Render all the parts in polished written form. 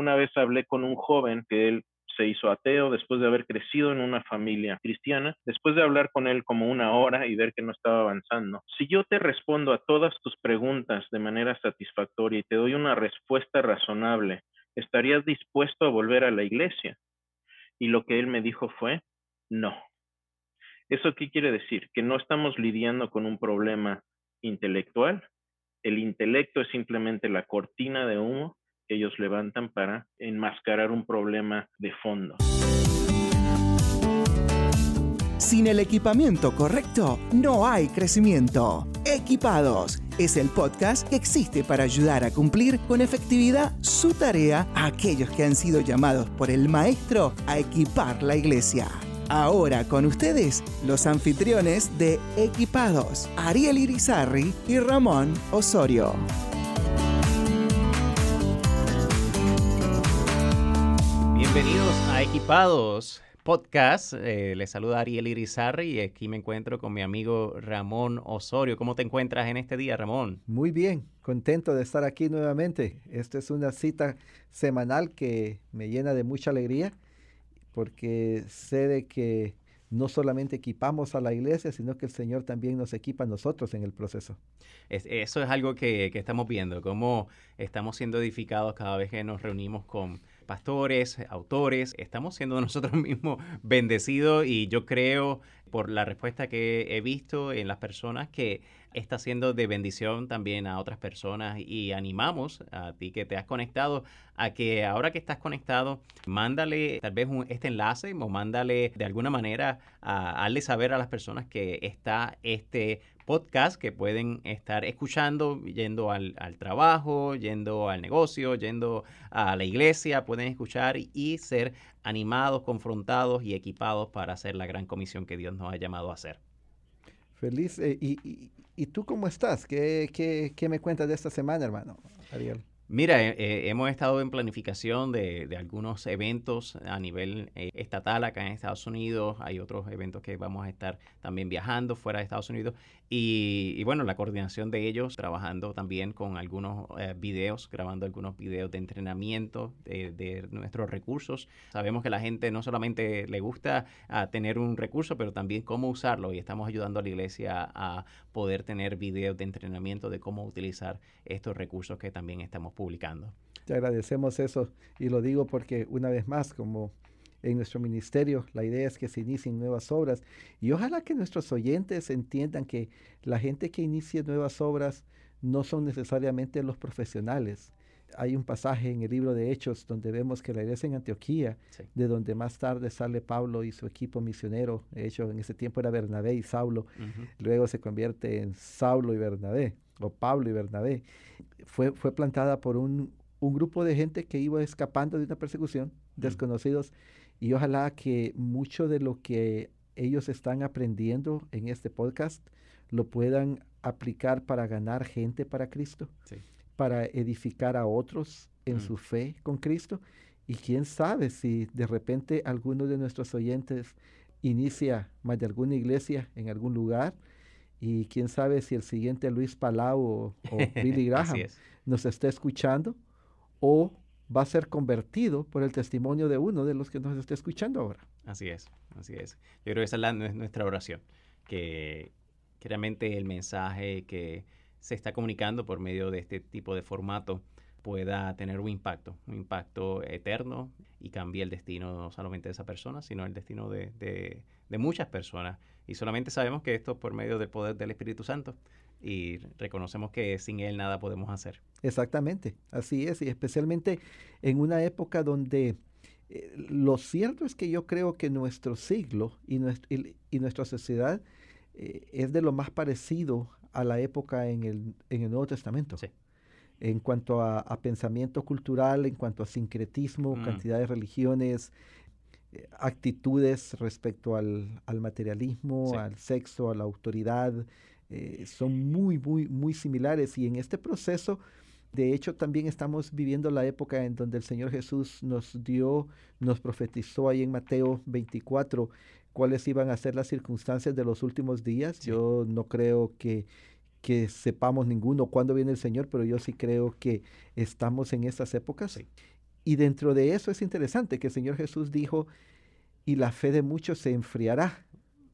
una vez hablé con un joven que él se hizo ateo después de haber crecido en una familia cristiana, después de hablar con él como una hora y ver que no estaba avanzando. Si yo te respondo a todas tus preguntas de manera satisfactoria y te doy una respuesta razonable, ¿estarías dispuesto a volver a la iglesia? Y lo que él me dijo fue, no. ¿Eso qué quiere decir? Que no estamos lidiando con un problema intelectual. El intelecto es simplemente la cortina de humo que ellos levantan para enmascarar un problema de fondo. Sin el equipamiento correcto, no hay crecimiento. Equipados es el podcast que existe para ayudar a cumplir con efectividad su tarea a aquellos que han sido llamados por el Maestro a equipar la iglesia. Ahora con ustedes, los anfitriones de Equipados, Ariel Irizarry y Ramón Osorio. Bienvenidos a Equipados Podcast. Les saluda Ariel Irizarry y aquí me encuentro con mi amigo Ramón Osorio. ¿Cómo te encuentras en este día, Ramón? Muy bien, contento de estar aquí nuevamente. Esta es una cita semanal que me llena de mucha alegría porque sé de que no solamente equipamos a la iglesia, sino que el Señor también nos equipa a nosotros en el proceso. Eso es algo que estamos viendo, cómo estamos siendo edificados cada vez que nos reunimos con pastores, autores. Estamos siendo nosotros mismos bendecidos y yo creo, por la respuesta que he visto en las personas, que está siendo de bendición también a otras personas y animamos a ti que te has conectado a que ahora que estás conectado, mándale tal vez este enlace o mándale de alguna manera a hazle saber a las personas que está este podcast que pueden estar escuchando, yendo al trabajo, yendo al negocio, yendo a la iglesia, pueden escuchar y ser animados, confrontados y equipados para hacer la gran comisión que Dios nos ha llamado a hacer. Feliz. ¿Y tú cómo estás? ¿Qué me cuentas de esta semana, hermano, Ariel? Mira, hemos estado en planificación de algunos eventos a nivel estatal acá en Estados Unidos. Hay otros eventos que vamos a estar también viajando fuera de Estados Unidos. Y bueno, la coordinación de ellos, trabajando también con algunos videos, grabando algunos videos de entrenamiento de nuestros recursos. Sabemos que a la gente no solamente le gusta tener un recurso, pero también cómo usarlo. Y estamos ayudando a la iglesia a poder tener videos de entrenamiento de cómo utilizar estos recursos que también estamos publicando. Te agradecemos eso y lo digo porque una vez más, como en nuestro ministerio, la idea es que se inicien nuevas obras y ojalá que nuestros oyentes entiendan que la gente que inicie nuevas obras no son necesariamente los profesionales. Hay un pasaje en el libro de Hechos donde vemos que la iglesia en Antioquía, Sí. de donde más tarde sale Pablo y su equipo misionero, de hecho en ese tiempo era Bernabé y Saulo, luego se convierte en Saulo y Bernabé, o Pablo y Bernabé, fue plantada por un grupo de gente que iba escapando de una persecución, desconocidos, y ojalá que mucho de lo que ellos están aprendiendo en este podcast lo puedan aplicar para ganar gente para Cristo, Sí. para edificar a otros en su fe con Cristo. Y quién sabe si de repente alguno de nuestros oyentes inicia más de alguna iglesia en algún lugar. Y quién sabe si el siguiente Luis Palau o Billy Así Graham es. nos está escuchando o va a ser convertido por el testimonio de uno de los que nos está escuchando ahora. Así es, así es. Yo creo que esa es nuestra oración, que realmente el mensaje que se está comunicando por medio de este tipo de formato pueda tener un impacto eterno y cambie el destino no solamente de esa persona, sino el destino de muchas personas. Y solamente sabemos que esto es por medio del poder del Espíritu Santo y reconocemos que sin Él nada podemos hacer. Exactamente, así es, y especialmente en una época donde lo cierto es que yo creo que nuestro siglo y nuestra sociedad es de lo más parecido a la época en el Nuevo Testamento. Sí. En cuanto a pensamiento cultural, en cuanto a sincretismo, cantidad de religiones, actitudes respecto al materialismo, Sí. al sexo, a la autoridad, son muy, muy, muy similares. Y en este proceso, de hecho, también estamos viviendo la época en donde el Señor Jesús nos profetizó ahí en Mateo 24 cuáles iban a ser las circunstancias de los últimos días. Sí. Yo no creo que sepamos ninguno cuándo viene el Señor, pero yo sí creo que estamos en estas épocas. Sí. Y dentro de eso es interesante que el Señor Jesús dijo, y la fe de muchos se enfriará.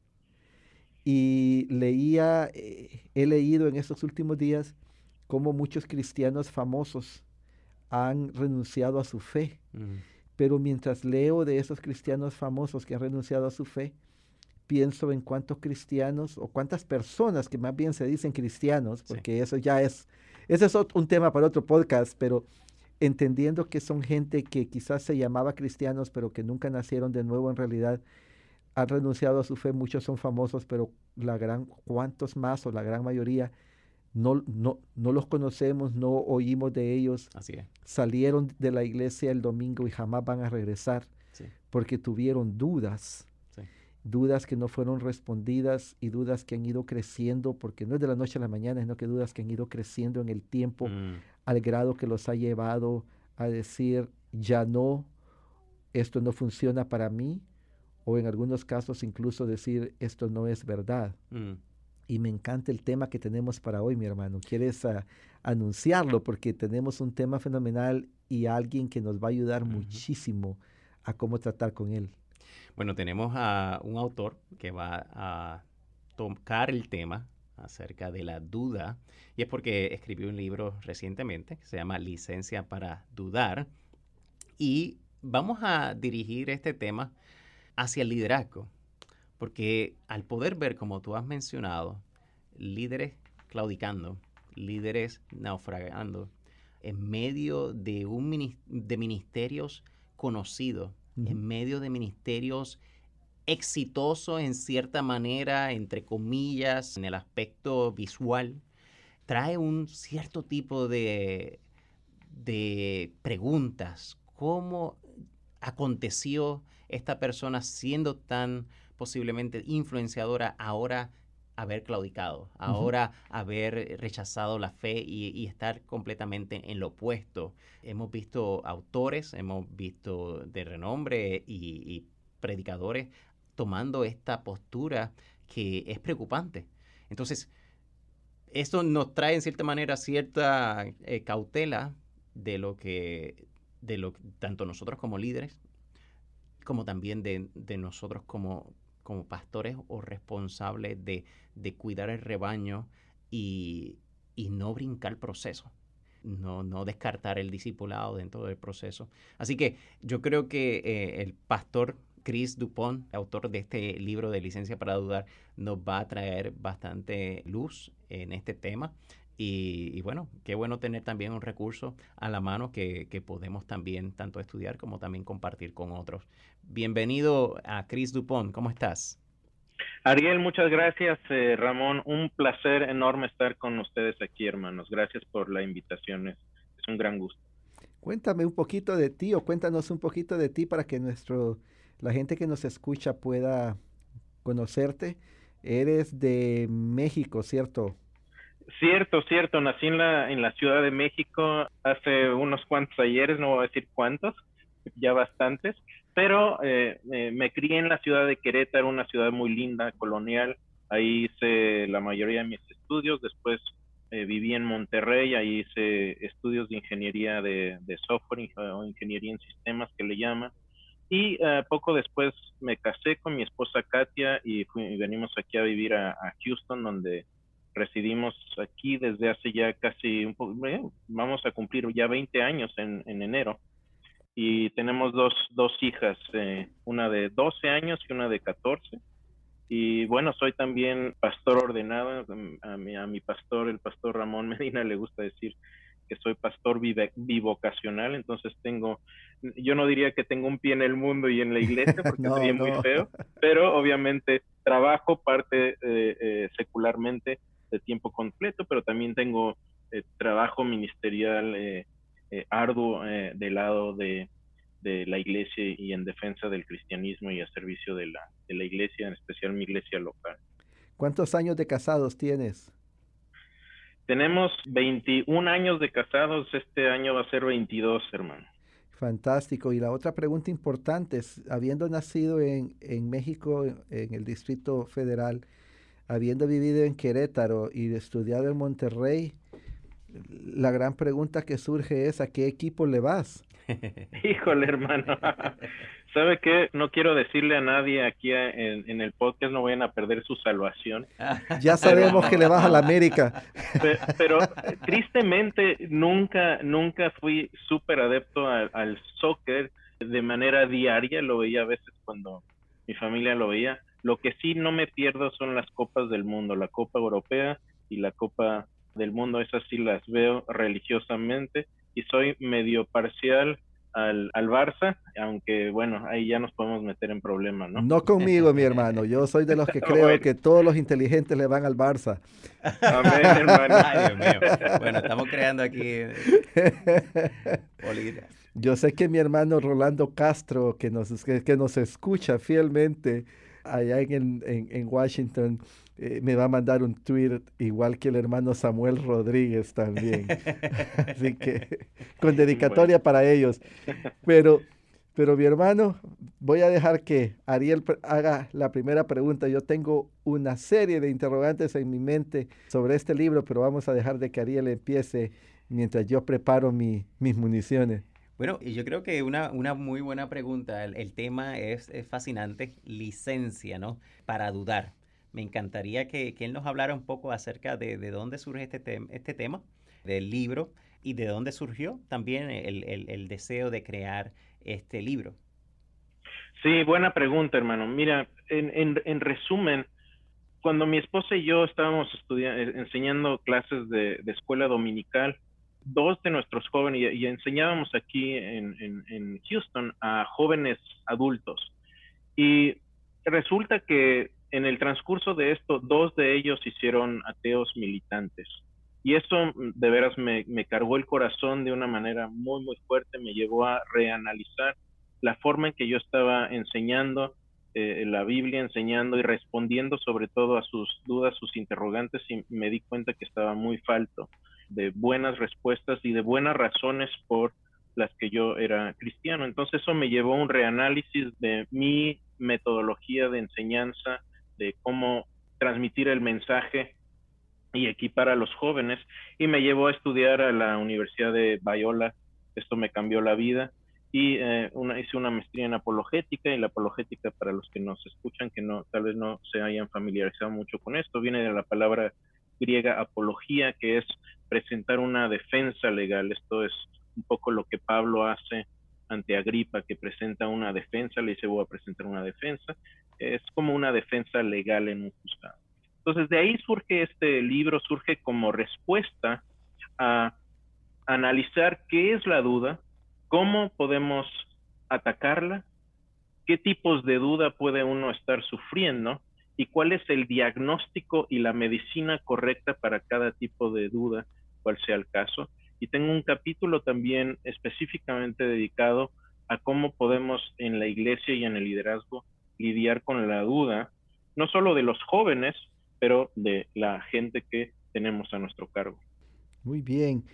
Y he leído en estos últimos días cómo muchos cristianos famosos han renunciado a su fe. Pero mientras leo de esos cristianos famosos que han renunciado a su fe, pienso en cuántos cristianos o cuántas personas que más bien se dicen cristianos, porque ese es un tema para otro podcast, pero entendiendo que son gente que quizás se llamaba cristianos, pero que nunca nacieron de nuevo en realidad, han renunciado a su fe. Muchos son famosos, pero ¿cuántos más o la gran mayoría no los conocemos, no oímos de ellos? Así es. Salieron de la iglesia el domingo y jamás van a regresar porque tuvieron dudas. Dudas que no fueron respondidas y dudas que han ido creciendo, porque no es de la noche a la mañana, sino que dudas que han ido creciendo en el tiempo al grado que los ha llevado a decir, ya no, esto no funciona para mí, o en algunos casos incluso decir, esto no es verdad. Y me encanta el tema que tenemos para hoy, mi hermano. ¿Quieres anunciarlo? Porque tenemos un tema fenomenal y alguien que nos va a ayudar muchísimo a cómo tratar con él. Bueno, tenemos a un autor que va a tocar el tema acerca de la duda, y es porque escribió un libro recientemente que se llama Licencia para Dudar, y vamos a dirigir este tema hacia el liderazgo, porque al poder ver, como tú has mencionado, líderes claudicando, líderes naufragando, en medio de de ministerios conocidos, en medio de ministerios exitosos en cierta manera, entre comillas, en el aspecto visual, trae un cierto tipo de preguntas. ¿Cómo aconteció esta persona siendo tan posiblemente influenciadora ahora haber claudicado, ahora haber rechazado la fe y estar completamente en lo opuesto? Hemos visto autores, hemos visto de renombre y predicadores tomando esta postura que es preocupante. Entonces, esto nos trae en cierta manera cierta cautela de lo que tanto nosotros como líderes, como también de nosotros como pastores o responsables de cuidar el rebaño y no brincar el proceso, no descartar el discipulado dentro del proceso. Así que yo creo que el pastor Chris DuPont, autor de este libro de Licencia para Dudar, nos va a traer bastante luz en este tema. Y bueno, qué bueno tener también un recurso a la mano que podemos también tanto estudiar como también compartir con otros. Bienvenido a Chris DuPont, ¿cómo estás? Ariel, muchas gracias, Ramón. Un placer enorme estar con ustedes aquí, hermanos. Gracias por la invitación, es un gran gusto. Cuéntame un poquito de ti, o cuéntanos un poquito de ti para que la gente que nos escucha pueda conocerte. Eres de México, ¿cierto? Cierto. Nací en la Ciudad de México hace unos cuantos ayeres, no voy a decir cuántos, ya bastantes, pero me crié en la ciudad de Querétaro, una ciudad muy linda, colonial. Ahí hice la mayoría de mis estudios. Después viví en Monterrey, ahí hice estudios de ingeniería de software o ingeniería en sistemas que le llaman. Y poco después me casé con mi esposa Katia y venimos aquí a vivir a Houston, donde residimos aquí desde hace ya casi vamos a cumplir ya 20 años en enero. Y tenemos dos hijas, una de 12 años y una de 14. Y bueno, soy también pastor ordenado. A mi pastor, el pastor Ramón Medina, le gusta decir que soy pastor bivocacional. Entonces yo no diría que tengo un pie en el mundo y en la iglesia, porque sería muy feo, pero obviamente trabajo parte secularmente de tiempo completo, pero también tengo trabajo ministerial arduo del lado de la iglesia y en defensa del cristianismo y a servicio de la iglesia, en especial mi iglesia local. ¿Cuántos años de casados tienes? Tenemos 21 años de casados, este año va a ser 22, hermano. Fantástico. Y la otra pregunta importante es, habiendo nacido en México, en el Distrito Federal, habiendo vivido en Querétaro y estudiado en Monterrey, la gran pregunta que surge es, ¿a qué equipo le vas? Híjole, hermano. ¿Sabe qué? No quiero decirle a nadie aquí en el podcast, no vayan a perder su salvación. Ya Pero, sabemos que le vas a la América. pero tristemente nunca fui súper adepto al soccer de manera diaria. Lo veía a veces cuando mi familia lo veía. Lo que sí no me pierdo son las copas del mundo, la Copa Europea y la Copa del Mundo. Esas sí las veo religiosamente y soy medio parcial al Barça, aunque bueno, ahí ya nos podemos meter en problemas, ¿no? No conmigo, mi hermano. Yo soy de los que creo Bueno, que todos los inteligentes le van al Barça. amén, hermano. Ay, Dios mío. Bueno, estamos creando aquí política. Yo sé que mi hermano Rolando Castro, que nos escucha fielmente allá en Washington, me va a mandar un tweet igual que el hermano Samuel Rodríguez también. Así que con dedicatoria Bueno. para ellos. Pero mi hermano, voy a dejar que Ariel haga la primera pregunta. Yo tengo una serie de interrogantes en mi mente sobre este libro, pero vamos a dejar de que Ariel empiece mientras yo preparo mis municiones. Bueno, y yo creo que una muy buena pregunta. El tema es fascinante, licencia, ¿no? Para dudar. Me encantaría que él nos hablara un poco acerca de dónde surge este tema del libro y de dónde surgió también el deseo de crear este libro. Sí, buena pregunta, hermano. Mira, en resumen, cuando mi esposa y yo estábamos enseñando clases de escuela dominical, dos de nuestros jóvenes, y enseñábamos aquí en Houston a jóvenes adultos. Y resulta que en el transcurso de esto, dos de ellos hicieron ateos militantes. Y eso de veras me cargó el corazón de una manera muy, muy fuerte, me llevó a reanalizar la forma en que yo estaba enseñando la Biblia, enseñando y respondiendo sobre todo a sus dudas, sus interrogantes, y me di cuenta que estaba muy falto de buenas respuestas y de buenas razones por las que yo era cristiano. Entonces eso me llevó a un reanálisis de mi metodología de enseñanza, de cómo transmitir el mensaje y equipar a los jóvenes, y me llevó a estudiar a la Universidad de Biola. Esto me cambió la vida, y hice una maestría en apologética, y la apologética, para los que nos escuchan, que no, tal vez no se hayan familiarizado mucho con esto, viene de la palabra griega apología, que es presentar una defensa legal. Esto es un poco lo que Pablo hace ante Agripa, que presenta una defensa, le dice voy a presentar una defensa, es como una defensa legal en un juzgado. Entonces de ahí surge este libro, surge como respuesta a analizar qué es la duda, cómo podemos atacarla, qué tipos de duda puede uno estar sufriendo y cuál es el diagnóstico y la medicina correcta para cada tipo de duda, cual sea el caso. Y tengo un capítulo también específicamente dedicado a cómo podemos en la iglesia y en el liderazgo lidiar con la duda, no solo de los jóvenes, pero de la gente que tenemos a nuestro cargo. Muy bien.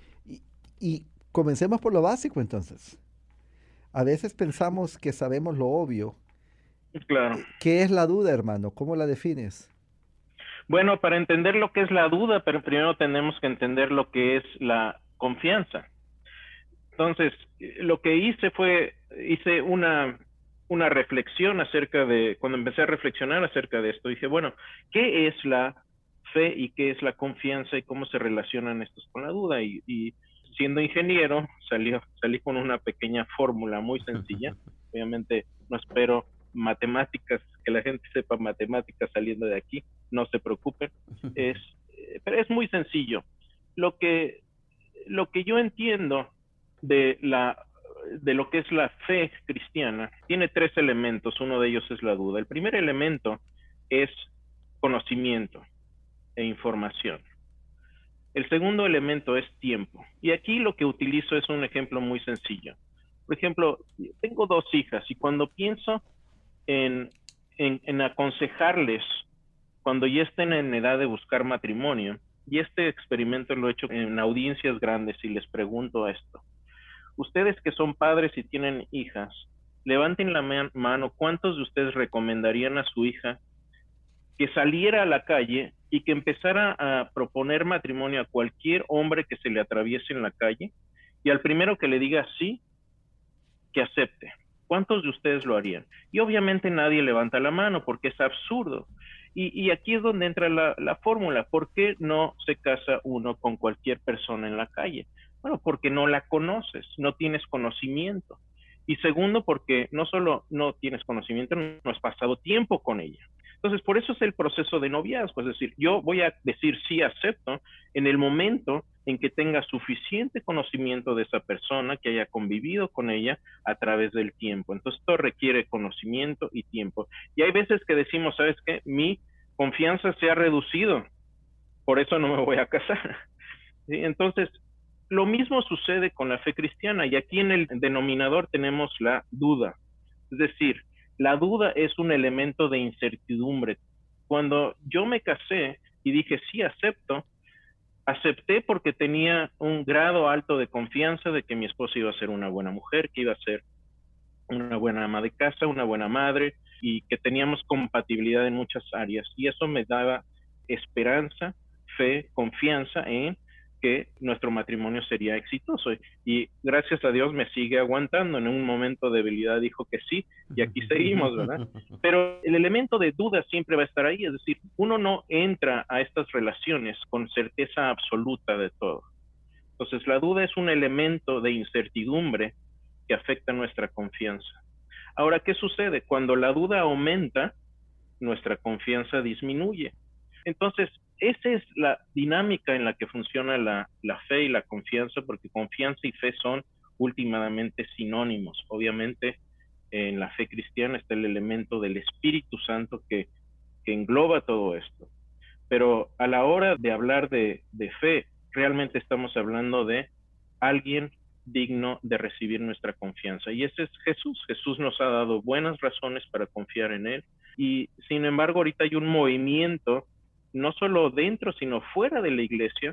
Y comencemos por lo básico entonces. A veces pensamos que sabemos lo obvio. Claro. ¿Qué es la duda, hermano? ¿Cómo la defines? Bueno, para entender lo que es la duda, pero primero tenemos que entender lo que es la confianza. Entonces, lo que hice una reflexión acerca de, cuando empecé a reflexionar acerca de esto, dije, bueno, ¿qué es la fe y qué es la confianza y cómo se relacionan estos con la duda? Y siendo ingeniero, salí con una pequeña fórmula muy sencilla. Obviamente no espero matemáticas, que la gente sepa matemáticas saliendo de aquí, no se preocupen, pero es muy sencillo. Lo que yo entiendo de lo que es la fe cristiana tiene tres elementos. Uno de ellos es la duda. El primer elemento es conocimiento e información. El segundo elemento es tiempo. Y aquí lo que utilizo es un ejemplo muy sencillo. Por ejemplo, tengo dos hijas y cuando pienso en aconsejarles cuando ya estén en edad de buscar matrimonio, y este experimento lo he hecho en audiencias grandes y les pregunto esto. Ustedes que son padres y tienen hijas, levanten la mano, ¿cuántos de ustedes recomendarían a su hija que saliera a la calle y que empezara a proponer matrimonio a cualquier hombre que se le atraviese en la calle, y al primero que le diga sí, que acepte. ¿Cuántos de ustedes lo harían? Y obviamente nadie levanta la mano porque es absurdo. Y aquí es donde entra la fórmula. ¿Por qué no se casa uno con cualquier persona en la calle? Bueno, porque no la conoces, no tienes conocimiento. Y segundo, porque no solo no tienes conocimiento, no has pasado tiempo con ella. Entonces, por eso es el proceso de noviazgo. Es decir, yo voy a decir sí acepto en el momento en que tenga suficiente conocimiento de esa persona, que haya convivido con ella a través del tiempo. Entonces, esto requiere conocimiento y tiempo. Y hay veces que decimos, ¿sabes qué? Mi confianza se ha reducido, por eso no me voy a casar. ¿Sí? Entonces, lo mismo sucede con la fe cristiana, y aquí en el denominador tenemos la duda. Es decir, la duda es un elemento de incertidumbre. Cuando yo me casé y dije sí acepté porque tenía un grado alto de confianza de que mi esposa iba a ser una buena mujer, que iba a ser una buena ama de casa, una buena madre, y que teníamos compatibilidad en muchas áreas. Y eso me daba esperanza, fe, confianza en que nuestro matrimonio sería exitoso. Y gracias a Dios me sigue aguantando. En un momento de debilidad dijo que sí, y aquí seguimos, ¿verdad? Pero el elemento de duda siempre va a estar ahí. Es decir, uno no entra a estas relaciones con certeza absoluta de todo. Entonces, la duda es un elemento de incertidumbre que afecta nuestra confianza. Ahora, ¿qué sucede? Cuando la duda aumenta, nuestra confianza disminuye. Entonces, esa es la dinámica en la que funciona la fe y la confianza, porque confianza y fe son últimamente sinónimos. Obviamente, en la fe cristiana está el elemento del Espíritu Santo que engloba todo esto. Pero a la hora de hablar de fe, realmente estamos hablando de alguien digno de recibir nuestra confianza. Y ese es Jesús. Jesús nos ha dado buenas razones para confiar en Él. Y sin embargo, ahorita hay un movimiento, no solo dentro, sino fuera de la iglesia,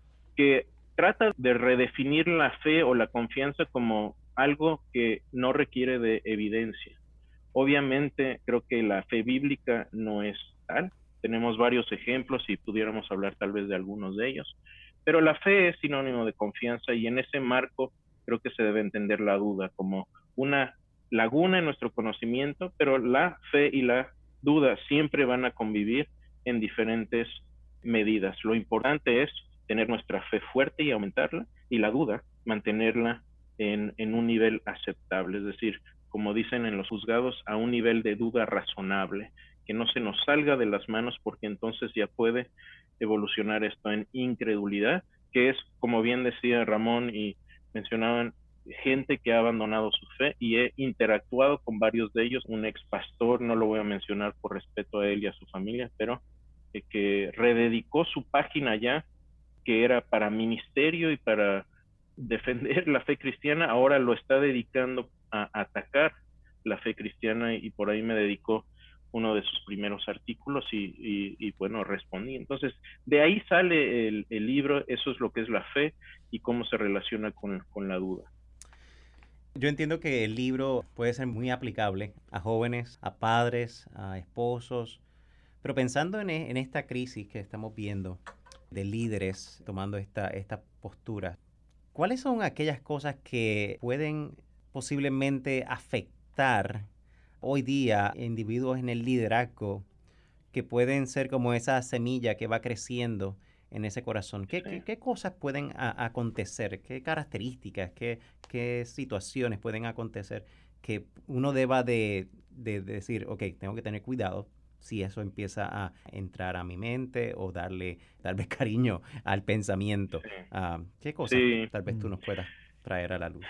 que trata de redefinir la fe o la confianza como algo que no requiere de evidencia. Obviamente, creo que la fe bíblica no es tal. Tenemos varios ejemplos y pudiéramos hablar tal vez de algunos de ellos. Pero la fe es sinónimo de confianza, y en ese marco creo que se debe entender la duda como una laguna en nuestro conocimiento, pero la fe y la duda siempre van a convivir en diferentes medidas. Lo importante es tener nuestra fe fuerte y aumentarla, y la duda mantenerla en un nivel aceptable, es decir, como dicen en los juzgados, a un nivel de duda razonable, que no se nos salga de las manos, porque entonces ya puede evolucionar esto en incredulidad, que es, como bien decía Ramón y mencionaban, gente que ha abandonado su fe, y he interactuado con varios de ellos. Un ex pastor, no lo voy a mencionar por respeto a él y a su familia, pero que rededicó su página ya, que era para ministerio y para defender la fe cristiana, ahora lo está dedicando a atacar la fe cristiana, y por ahí me dedicó uno de sus primeros artículos y bueno, respondí. Entonces, de ahí sale el libro. Eso es lo que es la fe y cómo se relaciona con la duda. Yo entiendo que el libro puede ser muy aplicable a jóvenes, a padres, a esposos, pero pensando en esta crisis que estamos viendo de líderes tomando esta postura, ¿cuáles son aquellas cosas que pueden posiblemente afectar hoy día individuos en el liderazgo, que pueden ser como esa semilla que va creciendo en ese corazón? ¿Qué cosas pueden acontecer? ¿Qué características, qué situaciones pueden acontecer que uno deba de decir, ok, tengo que tener cuidado si eso empieza a entrar a mi mente o darle tal vez cariño al pensamiento? ¿Qué cosas tal vez tú nos puedas traer a la luz?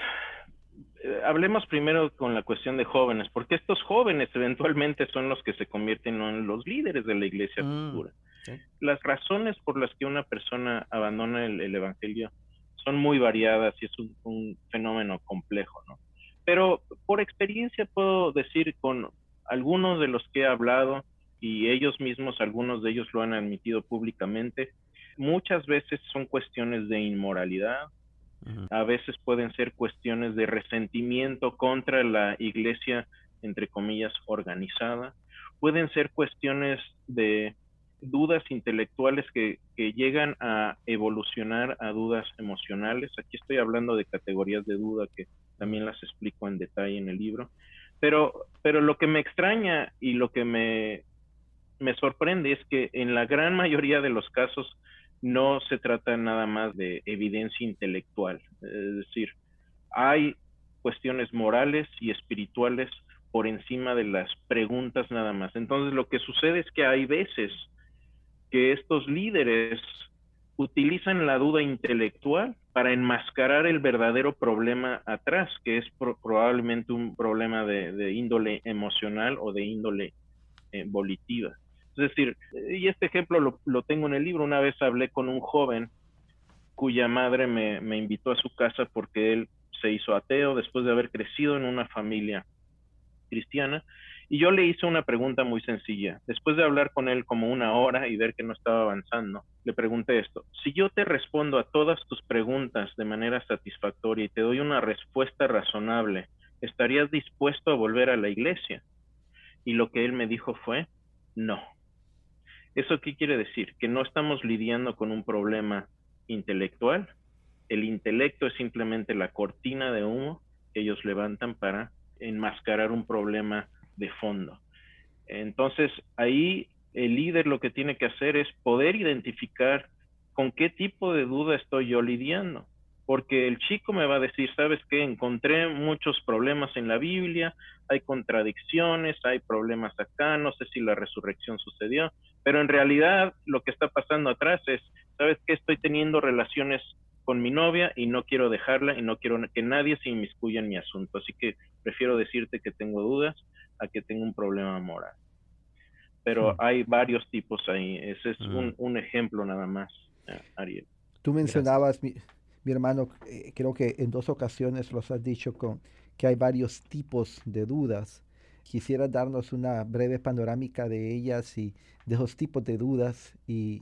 Hablemos primero con la cuestión de jóvenes, porque estos jóvenes eventualmente son los que se convierten en los líderes de la iglesia futura. ¿Sí? Las razones por las que una persona abandona el evangelio son muy variadas, y es un fenómeno complejo, ¿no? Pero por experiencia puedo decir, con algunos de los que he hablado, y ellos mismos, algunos de ellos lo han admitido públicamente, muchas veces son cuestiones de inmoralidad. A veces pueden ser cuestiones de resentimiento contra la iglesia, entre comillas, organizada. Pueden ser cuestiones de dudas intelectuales que llegan a evolucionar a dudas emocionales. Aquí estoy hablando de categorías de duda que también las explico en detalle en el libro. Pero lo que me extraña y lo que me sorprende es que en la gran mayoría de los casos no se trata nada más de evidencia intelectual. Es decir, hay cuestiones morales y espirituales por encima de las preguntas nada más. Entonces lo que sucede es que hay veces que estos líderes utilizan la duda intelectual para enmascarar el verdadero problema atrás, que es probablemente un problema de índole emocional o de índole volitiva. Es decir, y este ejemplo lo tengo en el libro. Una vez hablé con un joven cuya madre me invitó a su casa porque él se hizo ateo después de haber crecido en una familia cristiana, y yo le hice una pregunta muy sencilla. Después de hablar con él como una hora y ver que no estaba avanzando, le pregunté esto: si yo te respondo a todas tus preguntas de manera satisfactoria y te doy una respuesta razonable, ¿estarías dispuesto a volver a la iglesia? Y lo que él me dijo fue: no. ¿Eso qué quiere decir? Que no estamos lidiando con un problema intelectual. El intelecto es simplemente la cortina de humo que ellos levantan para enmascarar un problema de fondo. Entonces, ahí el líder lo que tiene que hacer es poder identificar con qué tipo de duda estoy yo lidiando. Porque el chico me va a decir: ¿sabes qué? Encontré muchos problemas en la Biblia, hay contradicciones, hay problemas acá, no sé si la resurrección sucedió, pero en realidad lo que está pasando atrás es: ¿sabes qué? Estoy teniendo relaciones con mi novia y no quiero dejarla y no quiero que nadie se inmiscuya en mi asunto, así que prefiero decirte que tengo dudas a que tengo un problema moral. Pero hay varios tipos ahí. Ese es un ejemplo nada más, Ariel. Tú mencionabas, mi hermano, creo que en 2 ocasiones los has dicho que hay varios tipos de dudas. Quisiera darnos una breve panorámica de ellas y de esos tipos de dudas y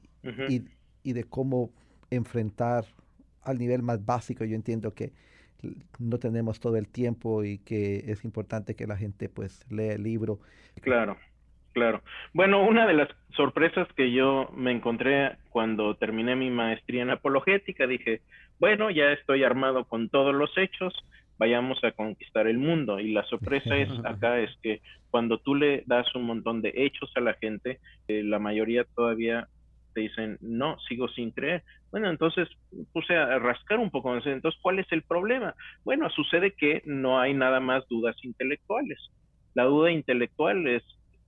de cómo enfrentar al nivel más básico. Yo entiendo que no tenemos todo el tiempo y que es importante que la gente pues lea el libro. Claro. Bueno, una de las sorpresas que yo me encontré cuando terminé mi maestría en apologética, dije: bueno, ya estoy armado con todos los hechos, vayamos a conquistar el mundo. Y la sorpresa acá es que cuando tú le das un montón de hechos a la gente, la mayoría todavía te dicen: no, sigo sin creer. Bueno, entonces puse a rascar un poco. Entonces, ¿cuál es el problema? Bueno, sucede que no hay nada más dudas intelectuales. La duda intelectual es,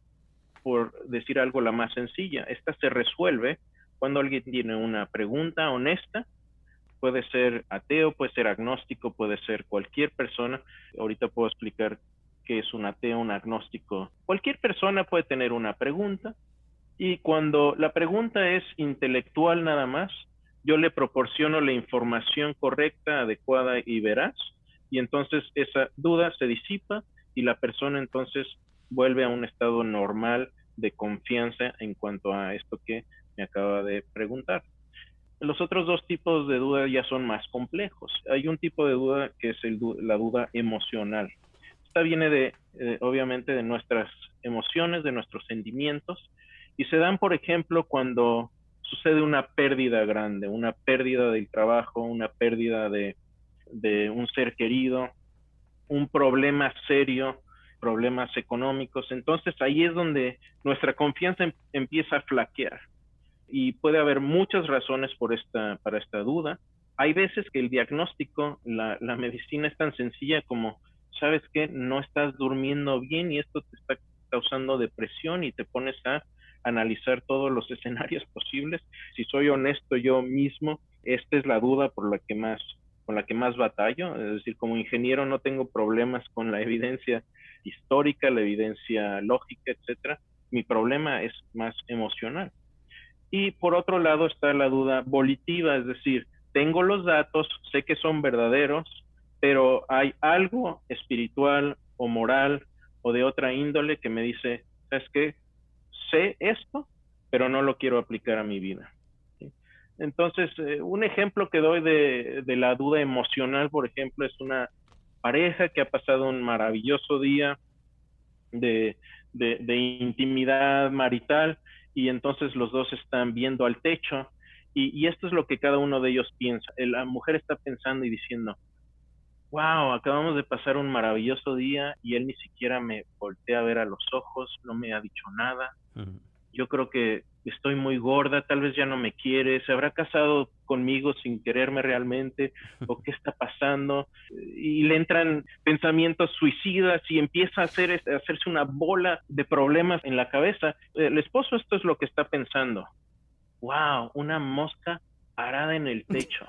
por decir algo, la más sencilla. Esta se resuelve cuando alguien tiene una pregunta honesta. Puede ser ateo, puede ser agnóstico, puede ser cualquier persona. Ahorita puedo explicar qué es un ateo, un agnóstico. Cualquier persona puede tener una pregunta, y cuando la pregunta es intelectual nada más, yo le proporciono la información correcta, adecuada y veraz, y entonces esa duda se disipa y la persona entonces vuelve a un estado normal de confianza en cuanto a esto que me acaba de preguntar. Los otros 2 tipos de duda ya son más complejos. Hay un tipo de duda que es la duda emocional. Esta viene obviamente de nuestras emociones, de nuestros sentimientos, y se dan, por ejemplo, cuando sucede una pérdida grande, una pérdida del trabajo, una pérdida de un ser querido, un problema serio, problemas económicos. Entonces ahí es donde nuestra confianza empieza a flaquear, y puede haber muchas razones para esta duda. Hay veces que el diagnóstico, la medicina es tan sencilla como: ¿sabes qué? No estás durmiendo bien y esto te está causando depresión, y te pones a analizar todos los escenarios posibles. Si soy honesto yo mismo, esta es la duda con la que más batallo. Es decir, como ingeniero no tengo problemas con la evidencia histórica, la evidencia lógica, etcétera. Mi problema es más emocional. Y por otro lado está la duda volitiva, es decir, tengo los datos, sé que son verdaderos, pero hay algo espiritual o moral o de otra índole que me dice: ¿sabes qué? Sé esto, pero no lo quiero aplicar a mi vida. ¿Sí? Entonces, un ejemplo que doy de la duda emocional, por ejemplo, es una pareja que ha pasado un maravilloso día de intimidad marital, y entonces los dos están viendo al techo, y esto es lo que cada uno de ellos piensa. La mujer está pensando y diciendo: wow, acabamos de pasar un maravilloso día y él ni siquiera me voltea a ver a los ojos, no me ha dicho nada. Yo creo que estoy muy gorda, tal vez ya no me quiere, se habrá casado conmigo sin quererme realmente, o qué está pasando, y le entran pensamientos suicidas y empieza a hacerse una bola de problemas en la cabeza. El esposo esto es lo que está pensando. Wow, una mosca parada en el techo.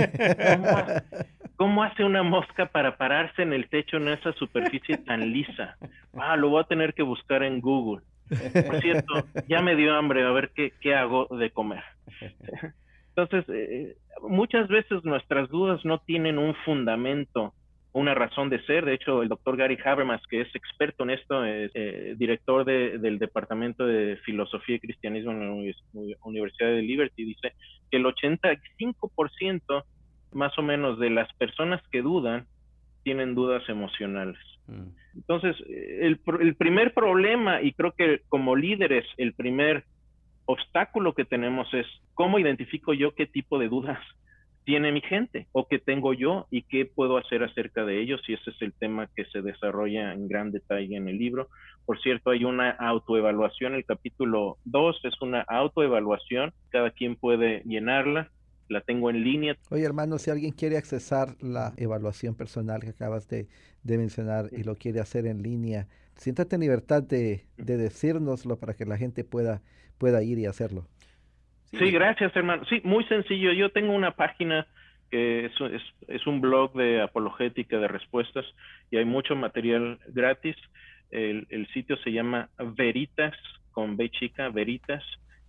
¿Cómo hace una mosca para pararse en el techo en esa superficie tan lisa? Lo voy a tener que buscar en Google. Por cierto, ya me dio hambre, a ver qué hago de comer. Entonces, muchas veces nuestras dudas no tienen un fundamento, una razón de ser. De hecho, el doctor Gary Habermas, que es experto en esto, es director del Departamento de Filosofía y Cristianismo en la Universidad de Liberty, dice que el 85% más o menos de las personas que dudan tienen dudas emocionales. Entonces, el primer problema, y creo que como líderes, el primer obstáculo que tenemos es cómo identifico yo qué tipo de dudas tiene mi gente o qué tengo yo y qué puedo hacer acerca de ellos, y ese es el tema que se desarrolla en gran detalle en el libro. Por cierto, hay una autoevaluación, el capítulo 2 es una autoevaluación, cada quien puede llenarla, la tengo en línea. Oye, hermano, si alguien quiere accesar la evaluación personal que acabas de mencionar y lo quiere hacer en línea, siéntate en libertad de decírnoslo para que la gente pueda ir y hacerlo. Sí, gracias, hermano. Sí, muy sencillo. Yo tengo una página que es un blog de apologética de respuestas y hay mucho material gratis. El sitio se llama Veritas, con B chica, Veritas,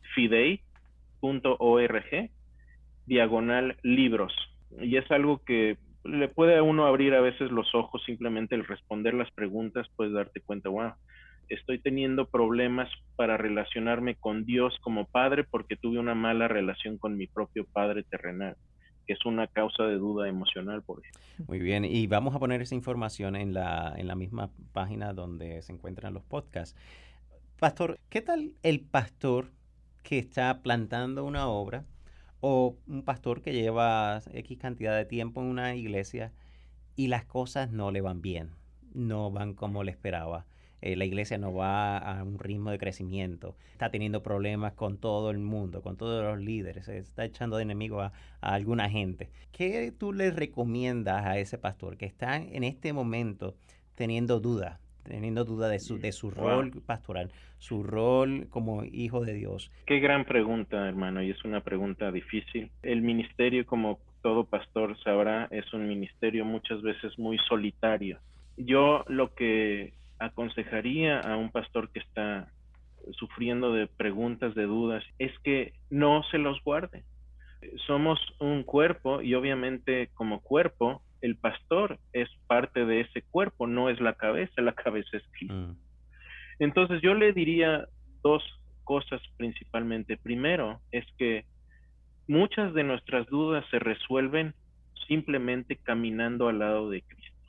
fidei.org/libros. Y es algo que le puede a uno abrir a veces los ojos, simplemente el responder las preguntas, puedes darte cuenta, wow, estoy teniendo problemas para relacionarme con Dios como padre porque tuve una mala relación con mi propio padre terrenal, que es una causa de duda emocional, por ejemplo. Muy bien, y vamos a poner esa información en la misma página donde se encuentran los podcasts. Pastor, ¿qué tal el pastor que está plantando una obra o un pastor que lleva X cantidad de tiempo en una iglesia y las cosas no le van bien, no van como le esperaba? La iglesia no va a un ritmo de crecimiento, está teniendo problemas con todo el mundo, con todos los líderes, se está echando de enemigo a alguna gente. ¿Qué tú le recomiendas a ese pastor que está en este momento teniendo duda de su rol pastoral, su rol como hijo de Dios? Qué gran pregunta, hermano, y es una pregunta difícil. El ministerio, como todo pastor sabrá, es un ministerio muchas veces muy solitario. Yo lo que aconsejaría a un pastor que está sufriendo de preguntas, de dudas, es que no se los guarde. Somos un cuerpo y obviamente como cuerpo, el pastor es parte de ese cuerpo, no es la cabeza es Cristo. Entonces yo le diría dos cosas principalmente. Primero es que muchas de nuestras dudas se resuelven simplemente caminando al lado de Cristo.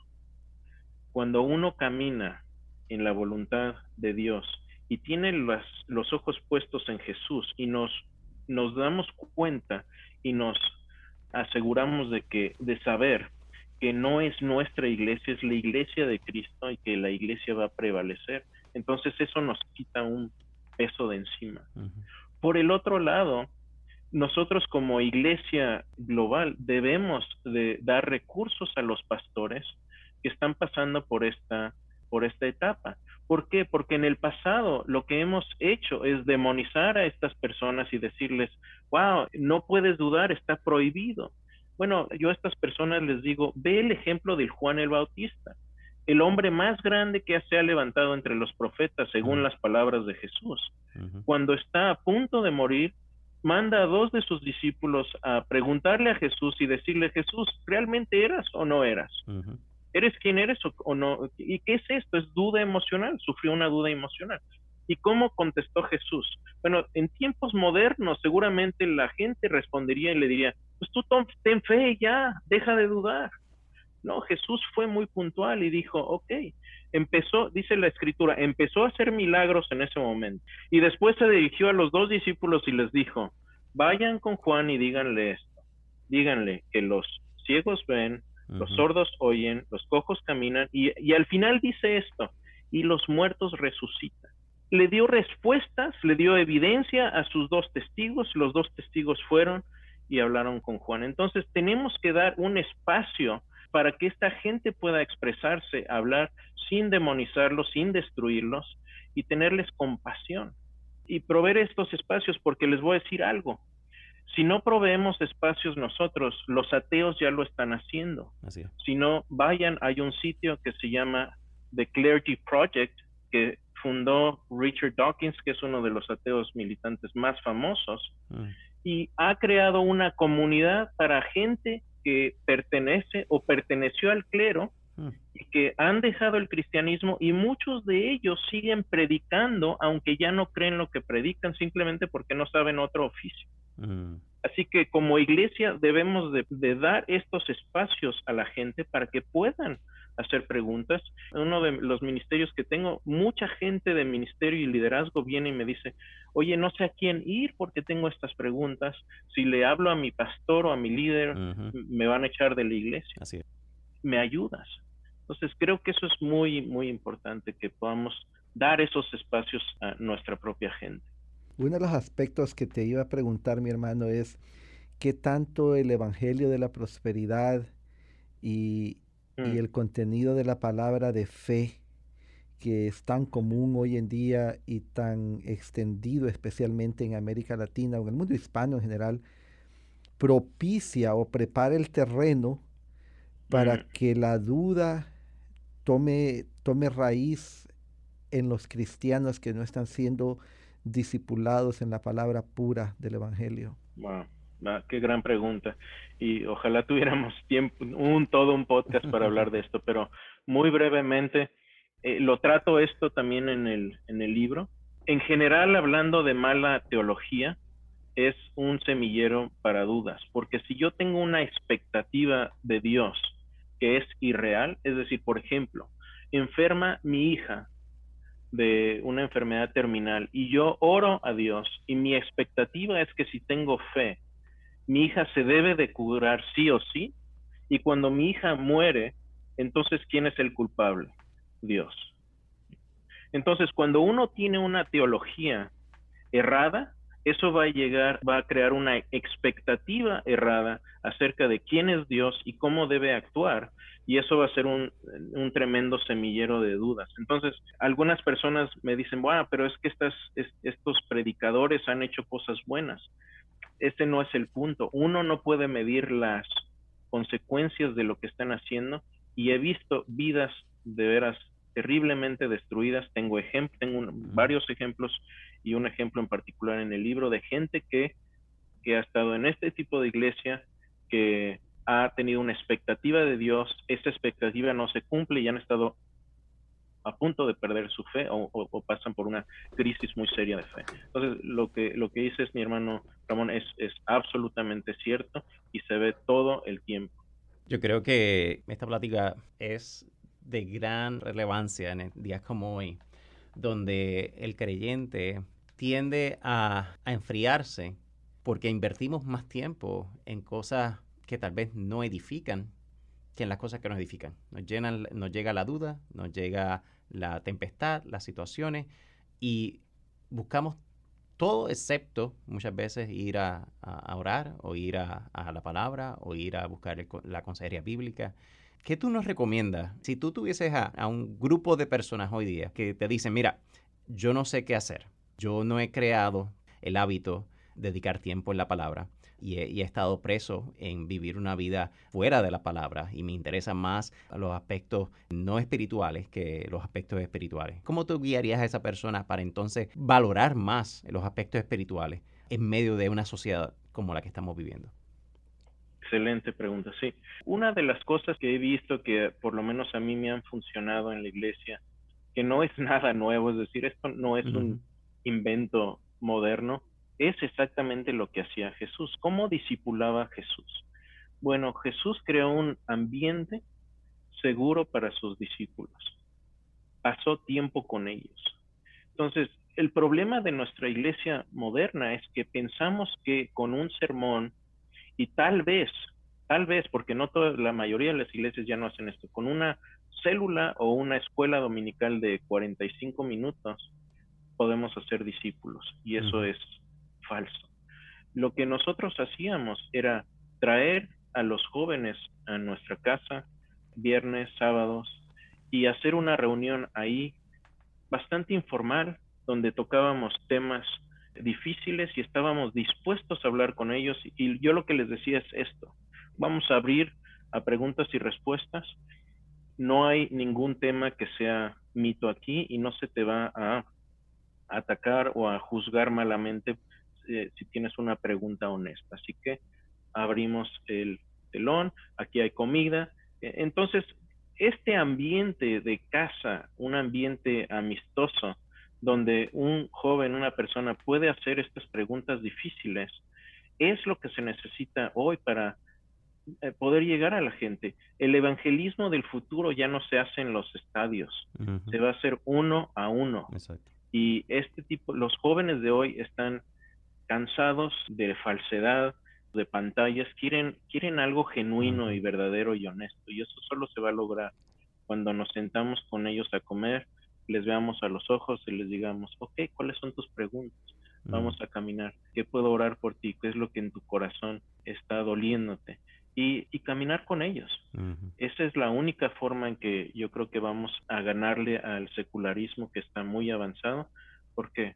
Cuando uno camina en la voluntad de Dios y tiene los ojos puestos en Jesús y nos damos cuenta y nos aseguramos de saber que no es nuestra iglesia, es la iglesia de Cristo y que la iglesia va a prevalecer, entonces eso nos quita un peso de encima. Por el otro lado, nosotros como iglesia global debemos de dar recursos a los pastores que están pasando por esta etapa. ¿Por qué? Porque en el pasado lo que hemos hecho es demonizar a estas personas y decirles, wow, no puedes dudar, está prohibido. Bueno, yo a estas personas les digo, ve el ejemplo de Juan el Bautista, el hombre más grande que se ha levantado entre los profetas, según las palabras de Jesús. Cuando está a punto de morir, manda a 2 de sus discípulos a preguntarle a Jesús y decirle, Jesús, ¿realmente eras o no eras? ¿Eres quien eres o no? ¿Y qué es esto? Es duda emocional, sufrió una duda emocional. ¿Y cómo contestó Jesús? Bueno, en tiempos modernos seguramente la gente respondería y le diría, pues tú ten fe ya, deja de dudar. No, Jesús fue muy puntual y dijo, ok, empezó, dice la escritura, empezó a hacer milagros en ese momento. Y después se dirigió a los 2 discípulos y les dijo, vayan con Juan y díganle esto, díganle que los ciegos ven, Los sordos oyen, los cojos caminan, y al final dice esto, y los muertos resucitan. Le dio respuestas, le dio evidencia a sus 2 testigos, los 2 testigos fueron y hablaron con Juan. Entonces tenemos que dar un espacio para que esta gente pueda expresarse, hablar sin demonizarlos, sin destruirlos, y tenerles compasión y proveer estos espacios, porque les voy a decir algo. Si no proveemos espacios nosotros, los ateos ya lo están haciendo. Así es. Si no, vayan, hay un sitio que se llama The Clergy Project, que fundó Richard Dawkins, que es uno de los ateos militantes más famosos, y ha creado una comunidad para gente que pertenece o perteneció al clero y que han dejado el cristianismo, y muchos de ellos siguen predicando, aunque ya no creen lo que predican, simplemente porque no saben otro oficio. Así que como iglesia debemos de dar estos espacios a la gente para que puedan hacer preguntas. Uno de los ministerios que tengo, mucha gente de ministerio y liderazgo viene y me dice, oye, no sé a quién ir porque tengo estas preguntas. Si le hablo a mi pastor o a mi líder, me van a echar de la iglesia. Así es. ¿Me ayudas? Entonces creo que eso es muy, muy importante, que podamos dar esos espacios a nuestra propia gente. Uno de los aspectos que te iba a preguntar, mi hermano, es qué tanto el Evangelio de la Prosperidad y el contenido de la palabra de fe, que es tan común hoy en día y tan extendido especialmente en América Latina o en el mundo hispano en general, propicia o prepara el terreno para que la duda tome raíz en los cristianos que no están siendo discipulados en la palabra pura del Evangelio. Wow, qué gran pregunta. Y ojalá tuviéramos tiempo, todo un podcast para hablar de esto, pero muy brevemente, lo trato esto también en el libro. En general, hablando de mala teología, es un semillero para dudas, porque si yo tengo una expectativa de Dios que es irreal, es decir, por ejemplo, enferma mi hija de una enfermedad terminal y yo oro a Dios y mi expectativa es que si tengo fe, mi hija se debe de curar sí o sí, y cuando mi hija muere, entonces ¿quién es el culpable? Dios. Entonces, cuando uno tiene una teología errada, eso va a crear una expectativa errada acerca de quién es Dios y cómo debe actuar, y eso va a ser un tremendo semillero de dudas. Entonces, algunas personas me dicen, bueno, pero es que estos predicadores han hecho cosas buenas. Ese no es el punto. Uno no puede medir las consecuencias de lo que están haciendo, y he visto vidas de veras terriblemente destruidas. Tengo varios ejemplos, y un ejemplo en particular en el libro de gente que ha estado en este tipo de iglesia, que ha tenido una expectativa de Dios, esa expectativa no se cumple y han estado a punto de perder su fe o pasan por una crisis muy seria de fe. Entonces, lo que dices, mi hermano Ramón, es absolutamente cierto y se ve todo el tiempo. Yo creo que esta plática es de gran relevancia en días como hoy, donde el creyente tiende a enfriarse porque invertimos más tiempo en cosas que tal vez no edifican que en las cosas que nos edifican. Nos llega la duda, nos llega la tempestad, las situaciones, y buscamos todo excepto muchas veces ir a orar o ir a la palabra o ir a buscar la consejería bíblica. ¿Qué tú nos recomiendas? Si tú tuvieses a un grupo de personas hoy día que te dicen, mira, yo no sé qué hacer, yo no he creado el hábito de dedicar tiempo en la palabra y he estado preso en vivir una vida fuera de la palabra y me interesan más los aspectos no espirituales que los aspectos espirituales. ¿Cómo tú guiarías a esa persona para entonces valorar más los aspectos espirituales en medio de una sociedad como la que estamos viviendo? Excelente pregunta, sí. Una de las cosas que he visto que por lo menos a mí me han funcionado en la iglesia, que no es nada nuevo, es decir, esto no es un invento moderno, es exactamente lo que hacía Jesús. ¿Cómo discipulaba Jesús? Bueno, Jesús creó un ambiente seguro para sus discípulos. Pasó tiempo con ellos. Entonces, el problema de nuestra iglesia moderna es que pensamos que con un sermón y tal vez tal vez, porque no toda, la mayoría de las iglesias ya no hacen esto, con una célula o una escuela dominical de 45 minutos podemos hacer discípulos, y eso es falso. Lo que nosotros hacíamos era traer a los jóvenes a nuestra casa, viernes, sábados, y hacer una reunión ahí bastante informal, donde tocábamos temas difíciles y estábamos dispuestos a hablar con ellos. Y yo lo que les decía es esto: vamos a abrir a preguntas y respuestas. No hay ningún tema que sea mito aquí, y no se te va a atacar o a juzgar malamente si tienes una pregunta honesta. Así que abrimos el telón, aquí hay comida. Entonces, este ambiente de casa, un ambiente amistoso, donde un joven, una persona puede hacer estas preguntas difíciles, es lo que se necesita hoy para poder llegar a la gente. El evangelismo del futuro ya no se hace en los estadios, se va a hacer uno a uno. Exacto. Y los jóvenes de hoy están cansados de falsedad, de pantallas, quieren algo genuino y verdadero y honesto, y eso solo se va a lograr cuando nos sentamos con ellos a comer, les veamos a los ojos y les digamos: ok, ¿cuáles son tus preguntas? Vamos a caminar. ¿Qué puedo orar por ti? ¿Qué es lo que en tu corazón está doliéndote? Y caminar con ellos. Esa es la única forma en que yo creo que vamos a ganarle al secularismo, que está muy avanzado. ¿Por qué?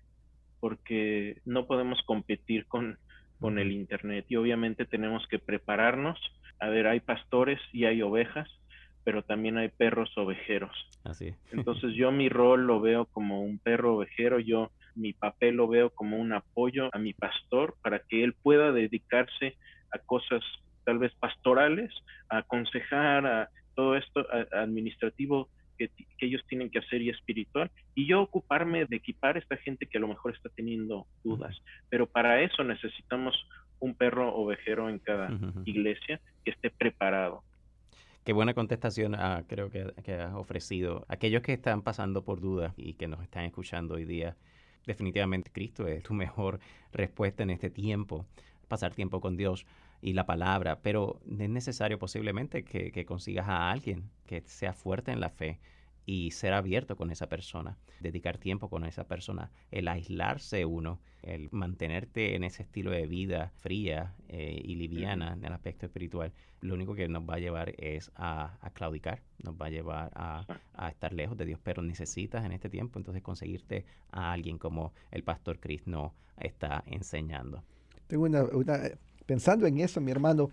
Porque no podemos competir con el internet, y obviamente tenemos que prepararnos. A ver, hay pastores y hay ovejas, pero también hay perros ovejeros. Así. Entonces yo mi rol lo veo como un perro ovejero, mi papel lo veo como un apoyo a mi pastor para que él pueda dedicarse a cosas tal vez pastorales, a aconsejar, a todo esto administrativo que ellos tienen que hacer, y espiritual, y yo ocuparme de equipar a esta gente que a lo mejor está teniendo dudas. Pero para eso necesitamos un perro ovejero en cada iglesia que esté preparado. Qué buena contestación creo que has ofrecido. Aquellos que están pasando por dudas y que nos están escuchando hoy día, definitivamente Cristo es tu mejor respuesta en este tiempo, pasar tiempo con Dios y la palabra, pero es necesario posiblemente que consigas a alguien que sea fuerte en la fe y ser abierto con esa persona, dedicar tiempo con esa persona. El aislarse uno, el mantenerte en ese estilo de vida fría y liviana en el aspecto espiritual, lo único que nos va a llevar es a claudicar, nos va a llevar a estar lejos de Dios. Pero necesitas en este tiempo entonces conseguirte a alguien como el pastor Chris nos está enseñando. Tengo pensando en eso, mi hermano,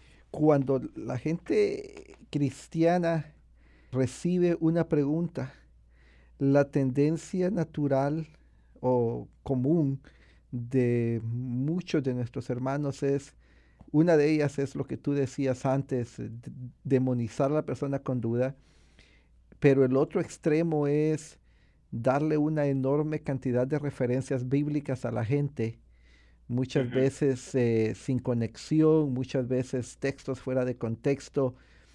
cuando la gente cristiana recibe una pregunta, la tendencia natural o común de muchos de nuestros hermanos una de ellas es lo que tú decías antes, demonizar a la persona con duda, pero el otro extremo es darle una enorme cantidad de referencias bíblicas a la gente, muchas veces sin conexión, muchas veces textos fuera de contexto,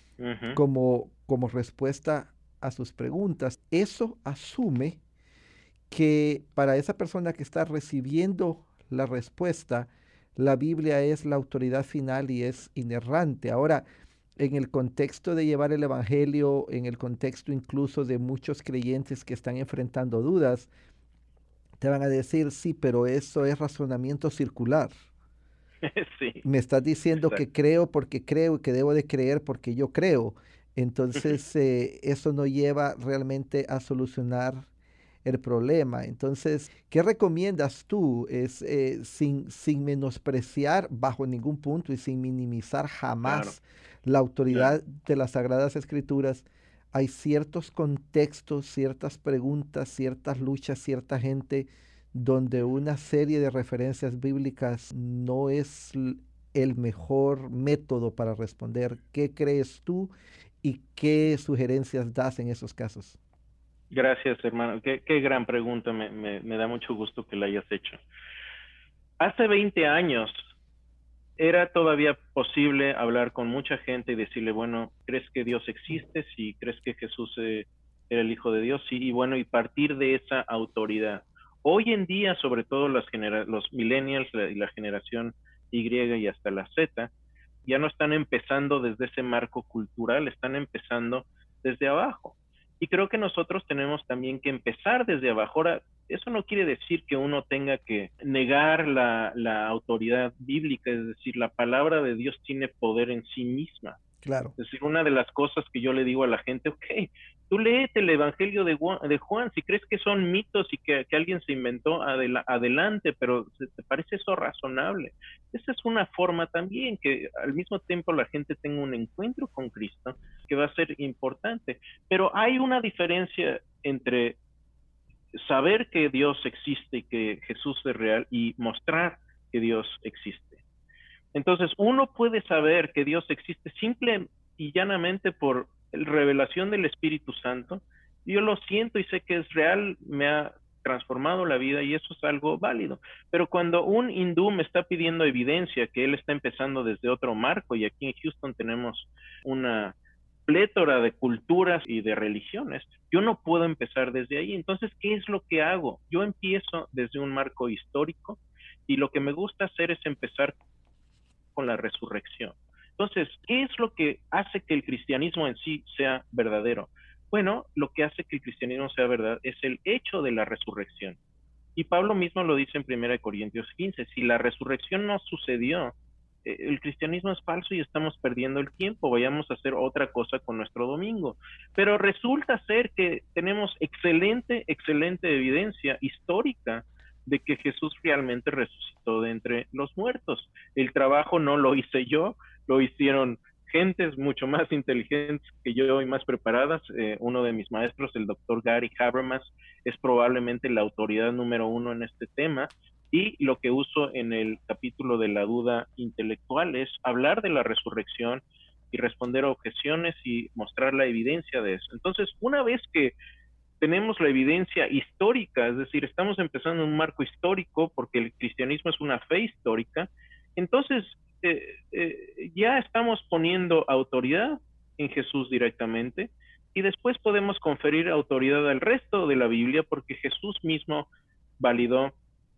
como respuesta a sus preguntas. Eso asume que para esa persona que está recibiendo la respuesta, la Biblia es la autoridad final y es inerrante. Ahora, en el contexto de llevar el Evangelio, en el contexto incluso de muchos creyentes que están enfrentando dudas, te van a decir: sí, pero eso es razonamiento circular. Sí. Me estás diciendo que creo porque creo y que debo de creer porque yo creo. Entonces, eso no lleva realmente a solucionar el problema. Entonces, ¿qué recomiendas tú? Sin menospreciar bajo ningún punto y sin minimizar jamás la autoridad de las Sagradas Escrituras. Hay ciertos contextos, ciertas preguntas, ciertas luchas, cierta gente donde una serie de referencias bíblicas no es el mejor método para responder. ¿Qué crees tú y qué sugerencias das en esos casos? Gracias, hermano. Qué gran pregunta. Me da mucho gusto que la hayas hecho. Hace 20 años era todavía posible hablar con mucha gente y decirle: bueno, ¿crees que Dios existe? Sí. ¿Crees que Jesús era el Hijo de Dios? Sí. Y bueno, y partir de esa autoridad. Hoy en día, sobre todo los millennials y la generación Y y hasta la Z, ya no están empezando desde ese marco cultural, están empezando desde abajo. Y creo que nosotros tenemos también que empezar desde abajo. Ahora, eso no quiere decir que uno tenga que negar la autoridad bíblica, es decir, la palabra de Dios tiene poder en sí misma. Claro. Es decir, una de las cosas que yo le digo a la gente, ok, tú léete el Evangelio de Juan, si crees que son mitos y que alguien se inventó, adelante, pero ¿te parece eso razonable? Esa es una forma también, que al mismo tiempo la gente tenga un encuentro con Cristo, que va a ser importante. Pero hay una diferencia entre saber que Dios existe y que Jesús es real y mostrar que Dios existe. Entonces, uno puede saber que Dios existe simple y llanamente por revelación del Espíritu Santo. Yo lo siento y sé que es real, me ha transformado la vida y eso es algo válido. Pero cuando un hindú me está pidiendo evidencia que él está empezando desde otro marco, y aquí en Houston tenemos una plétora de culturas y de religiones, yo no puedo empezar desde ahí. Entonces, ¿qué es lo que hago? Yo empiezo desde un marco histórico y lo que me gusta hacer es empezar con la resurrección. Entonces, ¿qué es lo que hace que el cristianismo en sí sea verdadero? Bueno, lo que hace que el cristianismo sea verdad es el hecho de la resurrección. Y Pablo mismo lo dice en 1 Corintios 15, si la resurrección no sucedió, el cristianismo es falso y estamos perdiendo el tiempo, vayamos a hacer otra cosa con nuestro domingo. Pero resulta ser que tenemos excelente evidencia histórica de que Jesús realmente resucitó de entre los muertos. El trabajo no lo hice yo, lo hicieron gentes mucho más inteligentes que yo y más preparadas. Uno de mis maestros, el doctor Gary Habermas, es probablemente la autoridad número 1 en este tema, y lo que uso en el capítulo de la duda intelectual es hablar de la resurrección y responder a objeciones y mostrar la evidencia de eso. Entonces, una vez que tenemos la evidencia histórica, es decir, estamos empezando un marco histórico porque el cristianismo es una fe histórica, entonces ya estamos poniendo autoridad en Jesús directamente y después podemos conferir autoridad al resto de la Biblia porque Jesús mismo validó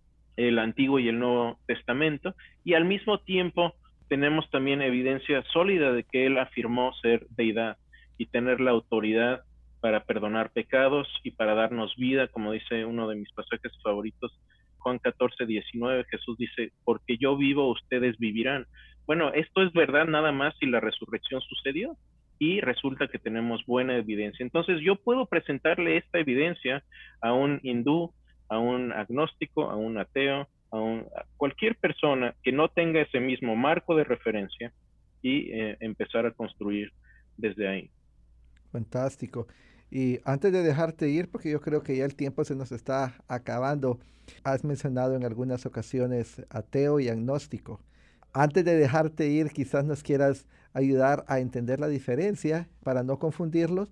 el Antiguo y el Nuevo Testamento y al mismo tiempo tenemos también evidencia sólida de que Él afirmó ser deidad y tener la autoridad para perdonar pecados y para darnos vida, como dice uno de mis pasajes favoritos, Juan 14:19, Jesús dice, porque yo vivo, ustedes vivirán. Bueno, esto es verdad nada más si la resurrección sucedió y resulta que tenemos buena evidencia. Entonces yo puedo presentarle esta evidencia a un hindú, a un agnóstico, a un ateo, a cualquier persona que no tenga ese mismo marco de referencia y empezar a construir desde ahí. Fantástico. Y antes de dejarte ir, porque yo creo que ya el tiempo se nos está acabando, has mencionado en algunas ocasiones ateo y agnóstico. Antes de dejarte ir, quizás nos quieras ayudar a entender la diferencia para no confundirlos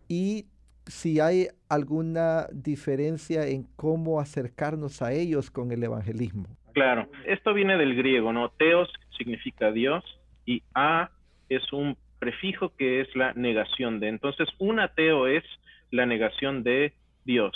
y si hay alguna diferencia en cómo acercarnos a ellos con el evangelismo. Claro, esto viene del griego, ¿no? Teos significa Dios y a es un prefijo que es la negación de. Entonces, un ateo es la negación de Dios.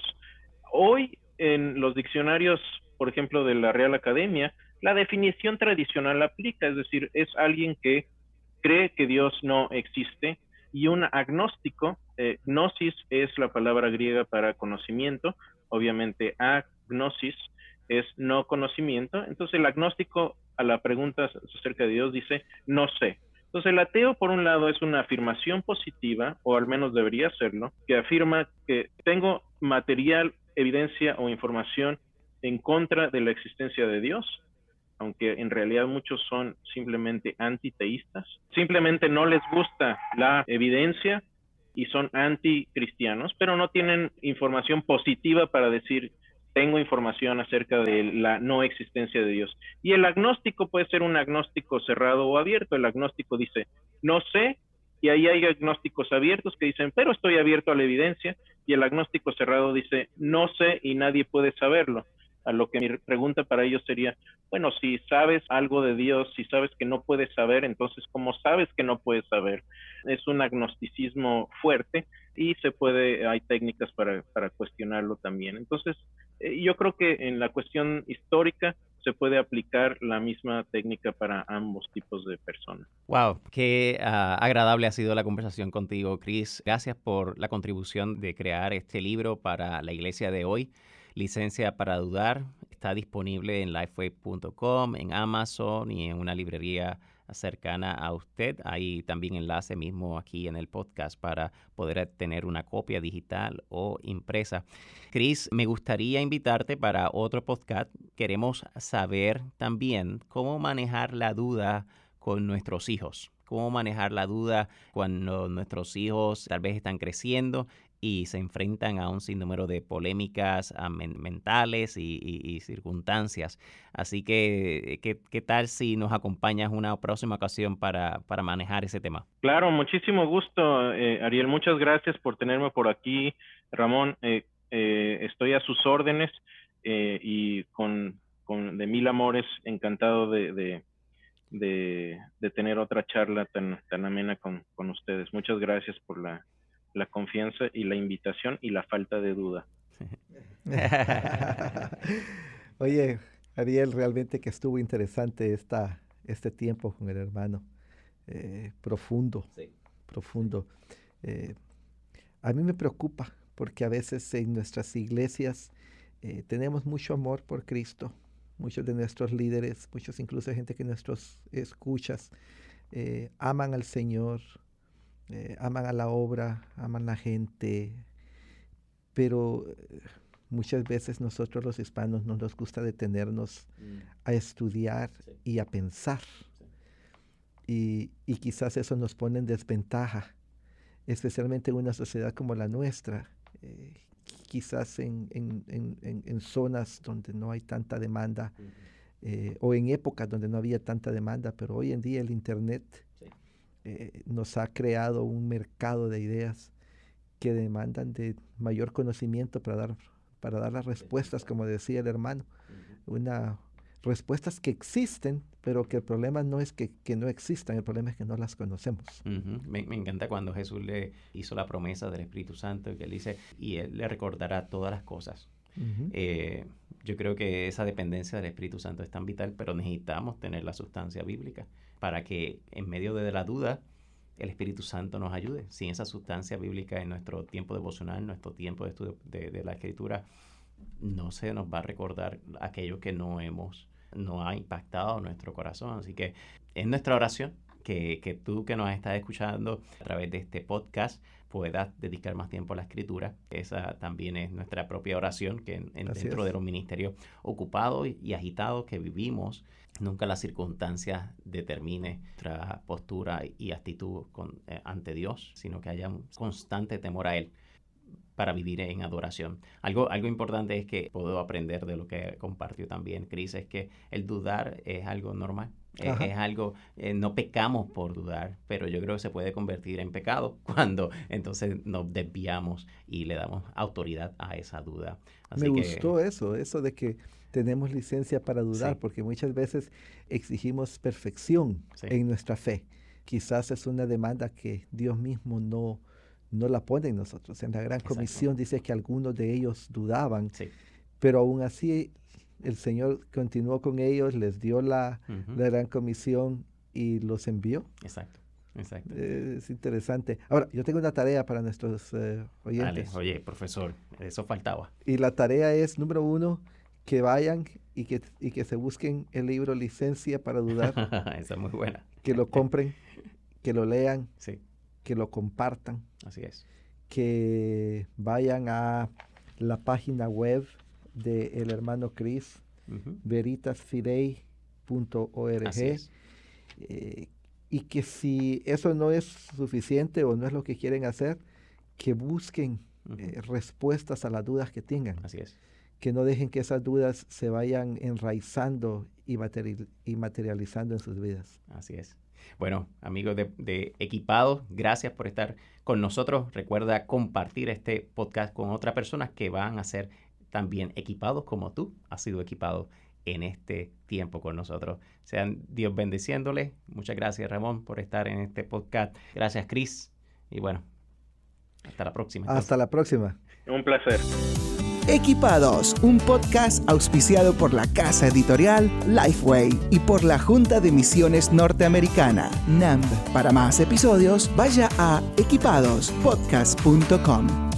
Hoy, en los diccionarios, por ejemplo, de la Real Academia, la definición tradicional aplica, es decir, es alguien que cree que Dios no existe, y un agnóstico, gnosis es la palabra griega para conocimiento, obviamente agnosis es no conocimiento, entonces el agnóstico a la pregunta acerca de Dios dice, no sé. Entonces el ateo, por un lado, es una afirmación positiva, o al menos debería serlo, que afirma que tengo material, evidencia o información en contra de la existencia de Dios, aunque en realidad muchos son simplemente antiteístas, simplemente no les gusta la evidencia y son anticristianos, pero no tienen información positiva para decir tengo información acerca de la no existencia de Dios. Y el agnóstico puede ser un agnóstico cerrado o abierto. El agnóstico dice, no sé, y ahí hay agnósticos abiertos que dicen, pero estoy abierto a la evidencia, y el agnóstico cerrado dice, no sé y nadie puede saberlo. A lo que mi pregunta para ellos sería, bueno, si sabes algo de Dios, si sabes que no puedes saber, entonces, ¿cómo sabes que no puedes saber? Es un agnosticismo fuerte y hay técnicas para cuestionarlo también. Entonces, yo creo que en la cuestión histórica se puede aplicar la misma técnica para ambos tipos de personas. Wow, qué agradable ha sido la conversación contigo, Chris. Gracias por la contribución de crear este libro para la iglesia de hoy, Licencia para Dudar. Está disponible en lifeway.com, en Amazon y en una librería cercana a usted. Hay también enlace mismo aquí en el podcast para poder tener una copia digital o impresa. Chris, me gustaría invitarte para otro podcast. Queremos saber también cómo manejar la duda con nuestros hijos. Cómo manejar la duda cuando nuestros hijos tal vez están creciendo y se enfrentan a un sinnúmero de polémicas mentales y circunstancias. Así que, ¿qué tal si nos acompañas una próxima ocasión para manejar ese tema? Claro, muchísimo gusto, Ariel. Muchas gracias por tenerme por aquí, Ramón. Estoy a sus órdenes y con de mil amores, encantado de tener otra charla tan amena con ustedes. Muchas gracias por la confianza y la invitación y la falta de duda. Oye, Ariel, realmente que estuvo interesante este tiempo con el hermano. Profundo, sí. Profundo. A mí me preocupa porque a veces en nuestras iglesias tenemos mucho amor por Cristo. Muchos de nuestros líderes, muchos incluso gente que nuestros escuchas, aman al Señor, aman a la obra, aman a la gente, pero muchas veces nosotros los hispanos no nos gusta detenernos a estudiar y a pensar. Y quizás eso nos pone en desventaja, especialmente en una sociedad como la nuestra, quizás en zonas donde no hay tanta demanda, o en épocas donde no había tanta demanda, pero hoy en día el Internet nos ha creado un mercado de ideas que demandan de mayor conocimiento para dar las respuestas, como decía el hermano, respuestas que existen, pero que el problema no es que no existan, el problema es que no las conocemos. Me encanta cuando Jesús le hizo la promesa del Espíritu Santo, que él dice, y él le recordará todas las cosas. Yo creo que esa dependencia del Espíritu Santo es tan vital, pero necesitamos tener la sustancia bíblica para que en medio de la duda el Espíritu Santo nos ayude. Sin esa sustancia bíblica en nuestro tiempo devocional, nuestro tiempo de estudio de la Escritura, no se nos va a recordar aquello que no ha impactado nuestro corazón. Así que es nuestra oración que tú que nos estás escuchando a través de este podcast puedas dedicar más tiempo a la Escritura. Esa también es nuestra propia oración, que dentro de los ministerios ocupados y agitados que vivimos, nunca las circunstancias determine nuestra postura y actitud ante Dios, sino que haya un constante temor a Él para vivir en adoración. Algo importante es que puedo aprender de lo que compartió también Chris, es que el dudar es algo normal. Es algo, no pecamos por dudar, pero yo creo que se puede convertir en pecado cuando entonces nos desviamos y le damos autoridad a esa duda. Me gustó eso de que tenemos licencia para dudar, porque muchas veces exigimos perfección en nuestra fe. Quizás es una demanda que Dios mismo no la pone en nosotros. En la Gran Comisión dice que algunos de ellos dudaban, pero aún así el Señor continuó con ellos, les dio la Gran Comisión y los envió. Exacto. Es interesante. Ahora, yo tengo una tarea para nuestros oyentes. Dale, oye, profesor, eso faltaba. Y la tarea es, número 1, que vayan y que se busquen el libro Licencia para Dudar. Esa es muy buena. Que lo compren, que lo lean, sí, que lo compartan. Así es. Que vayan a la página web del hermano Chris, veritasfidei.org. Así es. Y que si eso no es suficiente o no es lo que quieren hacer, que busquen respuestas a las dudas que tengan. Así es. Que no dejen que esas dudas se vayan enraizando y materializando en sus vidas. Así es. Bueno, amigos de Equipados, gracias por estar con nosotros. Recuerda compartir este podcast con otras personas que van a ser también equipados como tú has sido equipado en este tiempo con nosotros. Sean Dios bendiciéndoles. Muchas gracias, Ramón, por estar en este podcast. Gracias, Chris. Y bueno, hasta la próxima. Hasta la próxima. Un placer. Equipados, un podcast auspiciado por la casa editorial Lifeway y por la Junta de Misiones Norteamericana, NAMB. Para más episodios, vaya a equipadospodcast.com.